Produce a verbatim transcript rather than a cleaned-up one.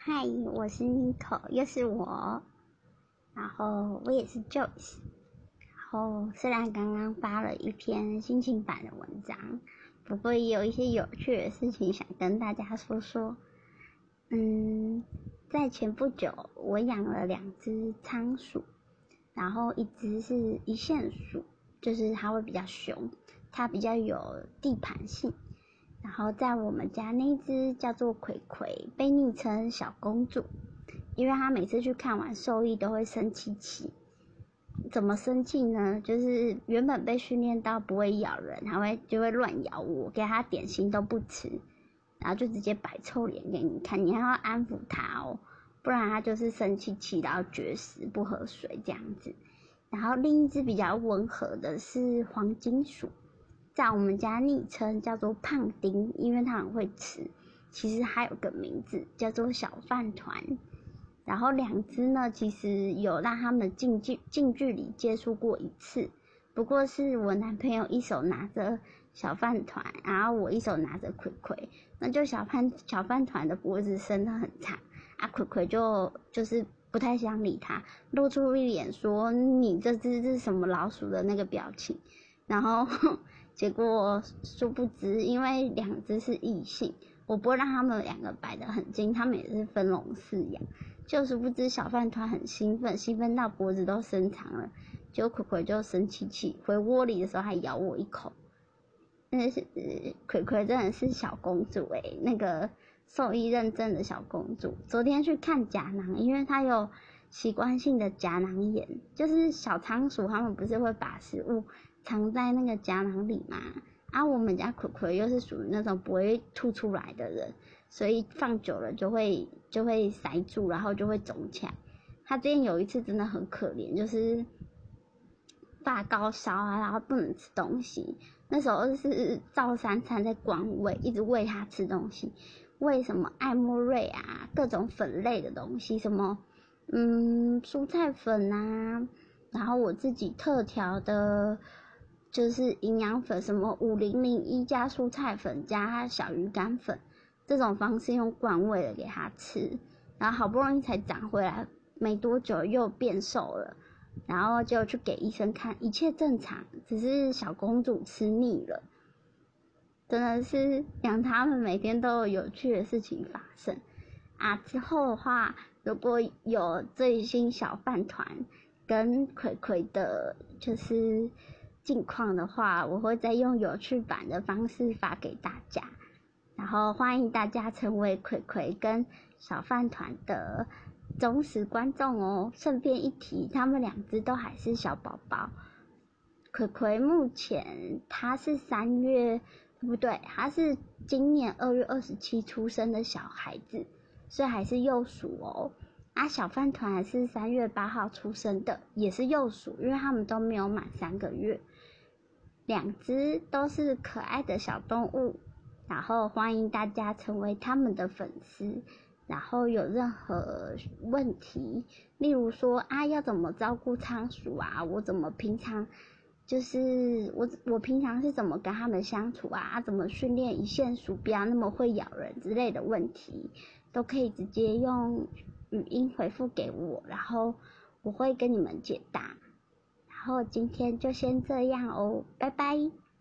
嗨，我是 Nico，又是我，然后我也是 Joyce，然后虽然刚刚发了一篇心情版的文章，不过也有一些有趣的事情想跟大家说说。嗯，在前不久，我养了两只仓鼠，然后一只是一线鼠，就是它会比较凶，它比较有地盘性。然后在我们家那只叫做葵葵，被昵称小公主，因为她每次去看完兽医都会生气气。怎么生气呢？就是原本被训练到不会咬人，还会就会乱咬我，给她点心都不吃，然后就直接摆臭脸给你看，你还要安抚她哦，不然她就是生气气，然后绝食不喝水这样子。然后另一只比较温和的是黄金鼠。在我们家昵称叫做胖丁，因为它很会吃。其实还有个名字叫做小饭团。然后两只呢，其实有让他们近距近距离接触过一次，不过是我男朋友一手拿着小饭团，然后我一手拿着葵葵，那就小饭小饭团的脖子伸得很长，啊葵葵就就是不太想理他，露出一脸说你这只是什么老鼠的那个表情，然后。结果殊不知，因为两只是异性，我不会让他们两个摆得很近，他们也是分笼饲养。就殊不知小饭团很兴奋，兴奋到脖子都伸长了，结果葵葵就生气气，回窝里的时候还咬我一口。那是葵葵真的是小公主诶、欸，那个兽医认证的小公主。昨天去看甲囊，因为她有习惯性的甲囊炎，就是小仓鼠他们不是会把食物藏在那个甲囊里嘛？啊，我们家葵葵又是属于那种不会吐出来的人，所以放久了就会就会塞住，然后就会肿起来。他之前有一次真的很可怜，就是发高烧啊，然后不能吃东西。那时候是照三餐在管喂，一直喂他吃东西，喂什么艾莫瑞啊，各种粉类的东西，什么嗯蔬菜粉啊，然后我自己特调的。就是营养粉，什么五零零一加蔬菜粉加小鱼干粉，这种方式用灌喂的给他吃，然后好不容易才长回来，没多久又变瘦了，然后就去给医生看，一切正常，只是小公主吃腻了。真的是养他们每天都有有趣的事情发生啊！之后的话，如果有最新小饭团跟葵葵的，就是近况的话，我会再用有趣版的方式发给大家，然后欢迎大家成为葵葵跟小饭团的忠实观众哦。顺便一提，他们两只都还是小宝宝。葵葵目前他是三月，不对，他是今年二月二十七出生的小孩子，所以还是幼鼠哦。啊，小饭团还是三月八号出生的，也是幼鼠，因为他们都没有满三个月。两只都是可爱的小动物，然后欢迎大家成为他们的粉丝。然后有任何问题，例如说啊，要怎么照顾仓鼠啊？我怎么平常就是我我平常是怎么跟他们相处啊？啊怎么训练一线鼠不要那么会咬人之类的问题，都可以直接用语音回复给我，然后我会跟你们解答。然后今天就先这样哦，拜拜。